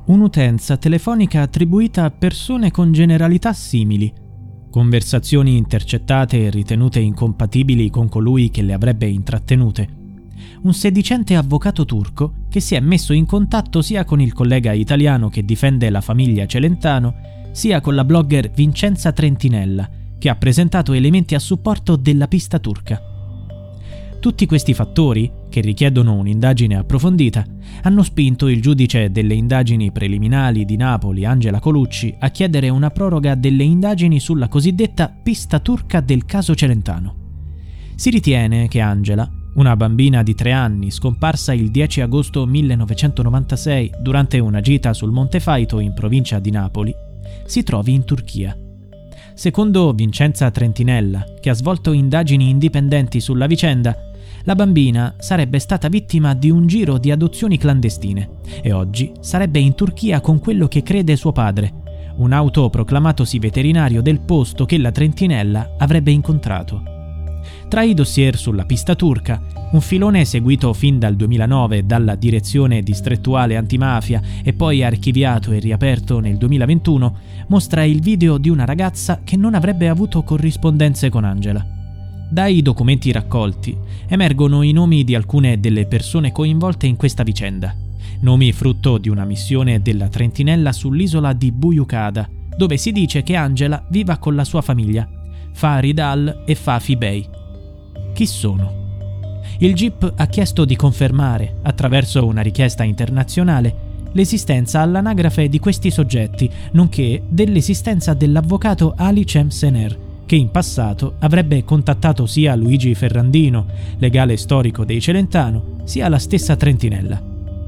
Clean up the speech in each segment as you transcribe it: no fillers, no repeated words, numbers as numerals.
un'utenza telefonica attribuita a persone con generalità simili, conversazioni intercettate e ritenute incompatibili con colui che le avrebbe intrattenute, un sedicente avvocato turco che si è messo in contatto sia con il collega italiano che difende la famiglia Celentano, sia con la blogger Vincenza Trentinella, che ha presentato elementi a supporto della pista turca. Tutti questi fattori, che richiedono un'indagine approfondita, hanno spinto il giudice delle indagini preliminari di Napoli, Angela Colucci, a chiedere una proroga delle indagini sulla cosiddetta pista turca del caso Celentano. Si ritiene che Angela, una bambina di 3 anni scomparsa il 10 agosto 1996 durante una gita sul Monte Faito in provincia di Napoli, si trovi in Turchia. Secondo Vincenza Trentinella, che ha svolto indagini indipendenti sulla vicenda, la bambina sarebbe stata vittima di un giro di adozioni clandestine e oggi sarebbe in Turchia con quello che crede suo padre, un autoproclamatosi veterinario del posto che la Trentinella avrebbe incontrato. Tra i dossier sulla pista turca, un filone seguito fin dal 2009 dalla Direzione Distrettuale Antimafia e poi archiviato e riaperto nel 2021, mostra il video di una ragazza che non avrebbe avuto corrispondenze con Angela. Dai documenti raccolti emergono i nomi di alcune delle persone coinvolte in questa vicenda, nomi frutto di una missione della Trentinella sull'isola di Buyukada, dove si dice che Angela viva con la sua famiglia, Farid Al e Fafi Bey. Chi sono? Il GIP ha chiesto di confermare, attraverso una richiesta internazionale, l'esistenza all'anagrafe di questi soggetti, nonché dell'esistenza dell'avvocato Ali Cem Sener, che in passato avrebbe contattato sia Luigi Ferrandino, legale storico dei Celentano, sia la stessa Trentinella.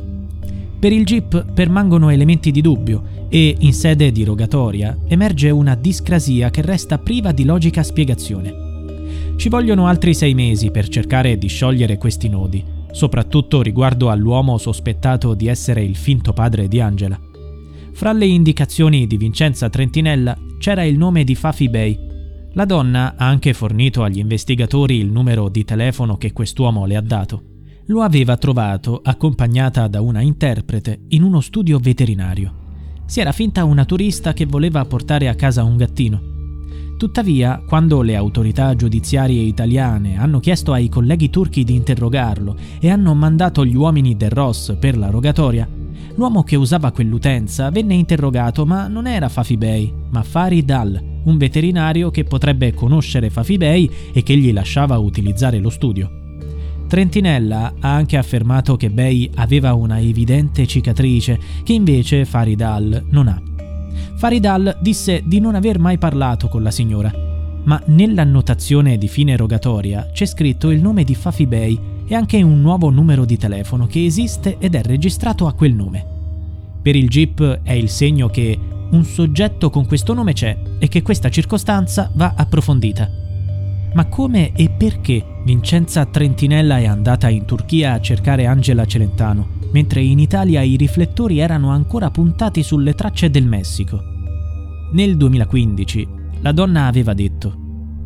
Per il GIP permangono elementi di dubbio e, in sede di rogatoria, emerge una discrasia che resta priva di logica spiegazione. Ci vogliono altri 6 mesi per cercare di sciogliere questi nodi, soprattutto riguardo all'uomo sospettato di essere il finto padre di Angela. Fra le indicazioni di Vincenza Trentinella c'era il nome di Fafi Bey. La donna ha anche fornito agli investigatori il numero di telefono che quest'uomo le ha dato. Lo aveva trovato accompagnata da una interprete in uno studio veterinario. Si era finta una turista che voleva portare a casa un gattino. Tuttavia, quando le autorità giudiziarie italiane hanno chiesto ai colleghi turchi di interrogarlo e hanno mandato gli uomini del ROS per la rogatoria, l'uomo che usava quell'utenza venne interrogato, ma non era Fafi Bey, ma Farid Al, un veterinario che potrebbe conoscere Fafi Bey e che gli lasciava utilizzare lo studio. Trentinella ha anche affermato che Bey aveva una evidente cicatrice, che invece Farid Al non ha. Farid Al disse di non aver mai parlato con la signora, ma nell'annotazione di fine rogatoria c'è scritto il nome di Fafi Bey e anche un nuovo numero di telefono che esiste ed è registrato a quel nome. Per il GIP è il segno che un soggetto con questo nome c'è e che questa circostanza va approfondita. Ma come e perché Vincenza Trentinella è andata in Turchia a cercare Angela Celentano, mentre in Italia i riflettori erano ancora puntati sulle tracce del Messico? Nel 2015 la donna aveva detto: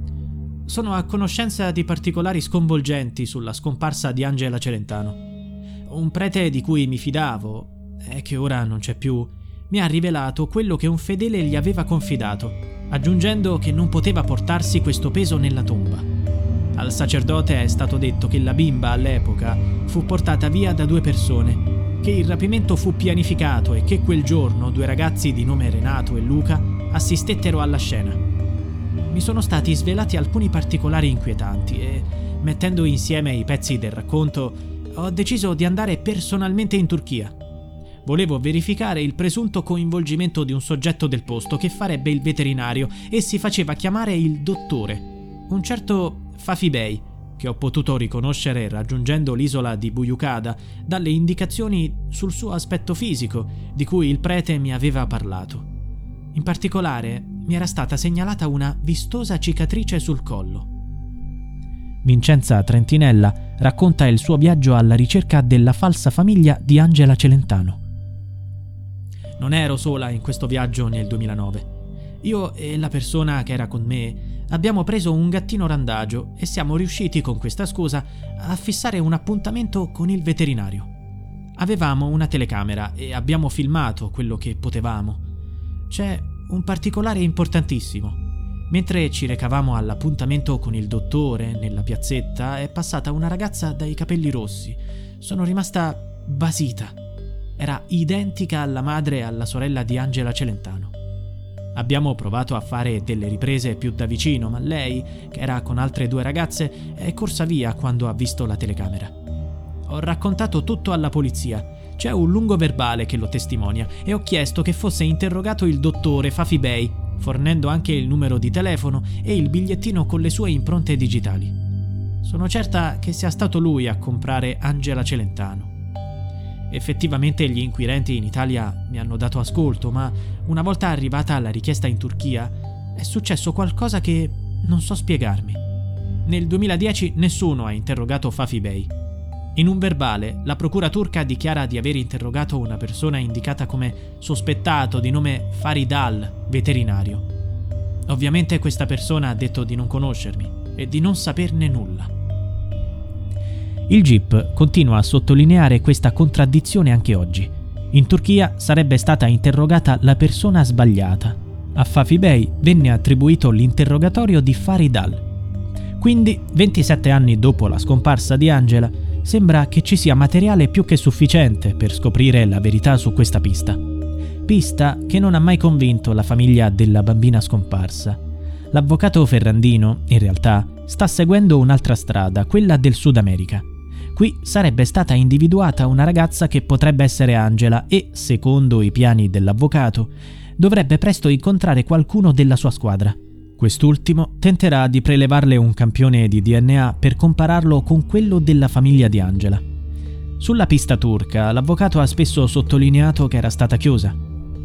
«Sono a conoscenza di particolari sconvolgenti sulla scomparsa di Angela Celentano. Un prete di cui mi fidavo, e che ora non c'è più, mi ha rivelato quello che un fedele gli aveva confidato, aggiungendo che non poteva portarsi questo peso nella tomba. Al sacerdote è stato detto che la bimba all'epoca fu portata via da 2 persone, che il rapimento fu pianificato e che quel giorno 2 ragazzi di nome Renato e Luca assistettero alla scena. Mi sono stati svelati alcuni particolari inquietanti e, mettendo insieme i pezzi del racconto, ho deciso di andare personalmente in Turchia. Volevo verificare il presunto coinvolgimento di un soggetto del posto che farebbe il veterinario e si faceva chiamare il dottore, un certo Fafi Bey, che ho potuto riconoscere raggiungendo l'isola di Buyukada dalle indicazioni sul suo aspetto fisico di cui il prete mi aveva parlato. In particolare mi era stata segnalata una vistosa cicatrice sul collo». Vincenza Trentinella racconta il suo viaggio alla ricerca della falsa famiglia di Angela Celentano. «Non ero sola in questo viaggio nel 2009. Io e la persona che era con me abbiamo preso un gattino randagio e siamo riusciti con questa scusa a fissare un appuntamento con il veterinario. Avevamo una telecamera e abbiamo filmato quello che potevamo. C'è un particolare importantissimo. Mentre ci recavamo all'appuntamento con il dottore nella piazzetta, è passata una ragazza dai capelli rossi. Sono rimasta basita. Era identica alla madre e alla sorella di Angela Celentano. Abbiamo provato a fare delle riprese più da vicino, ma lei, che era con altre 2 ragazze, è corsa via quando ha visto la telecamera. Ho raccontato tutto alla polizia. C'è un lungo verbale che lo testimonia e ho chiesto che fosse interrogato il dottore Fafi Bey, fornendo anche il numero di telefono e il bigliettino con le sue impronte digitali. Sono certa che sia stato lui a comprare Angela Celentano. Effettivamente gli inquirenti in Italia mi hanno dato ascolto, ma una volta arrivata la richiesta in Turchia è successo qualcosa che non so spiegarmi. Nel 2010 nessuno ha interrogato Fafi Bey. In un verbale, la procura turca dichiara di aver interrogato una persona indicata come sospettato di nome Farid Al, veterinario. Ovviamente questa persona ha detto di non conoscermi e di non saperne nulla. Il GIP continua a sottolineare questa contraddizione anche oggi. In Turchia sarebbe stata interrogata la persona sbagliata. A Fafi Bey venne attribuito l'interrogatorio di Farid Al. Quindi, 27 anni dopo la scomparsa di Angela, sembra che ci sia materiale più che sufficiente per scoprire la verità su questa pista. Pista che non ha mai convinto la famiglia della bambina scomparsa. L'avvocato Ferrandino, in realtà, sta seguendo un'altra strada, quella del Sud America. Qui sarebbe stata individuata una ragazza che potrebbe essere Angela e, secondo i piani dell'avvocato, dovrebbe presto incontrare qualcuno della sua squadra. Quest'ultimo tenterà di prelevarle un campione di DNA per compararlo con quello della famiglia di Angela. Sulla pista turca, l'avvocato ha spesso sottolineato che era stata chiusa.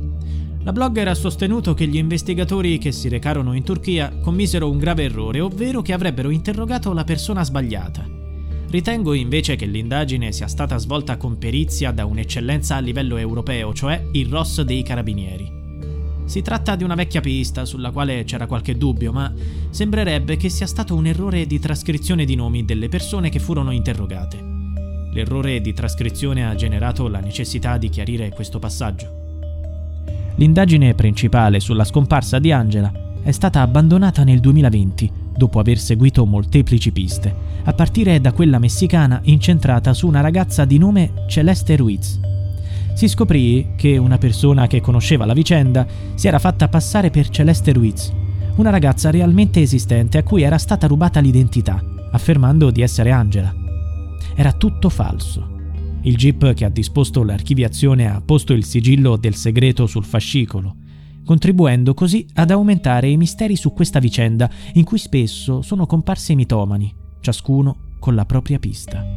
La blogger ha sostenuto che gli investigatori che si recarono in Turchia commisero un grave errore, ovvero che avrebbero interrogato la persona sbagliata. Ritengo invece che l'indagine sia stata svolta con perizia da un'eccellenza a livello europeo, cioè il ROS dei Carabinieri. Si tratta di una vecchia pista sulla quale c'era qualche dubbio, ma sembrerebbe che sia stato un errore di trascrizione di nomi delle persone che furono interrogate. L'errore di trascrizione ha generato la necessità di chiarire questo passaggio. L'indagine principale sulla scomparsa di Angela è stata abbandonata nel 2020, dopo aver seguito molteplici piste, a partire da quella messicana incentrata su una ragazza di nome Celeste Ruiz. Si scoprì che una persona che conosceva la vicenda si era fatta passare per Celeste Ruiz, una ragazza realmente esistente a cui era stata rubata l'identità, affermando di essere Angela. Era tutto falso. Il GIP che ha disposto l'archiviazione ha posto il sigillo del segreto sul fascicolo, contribuendo così ad aumentare i misteri su questa vicenda in cui spesso sono comparsi mitomani, ciascuno con la propria pista.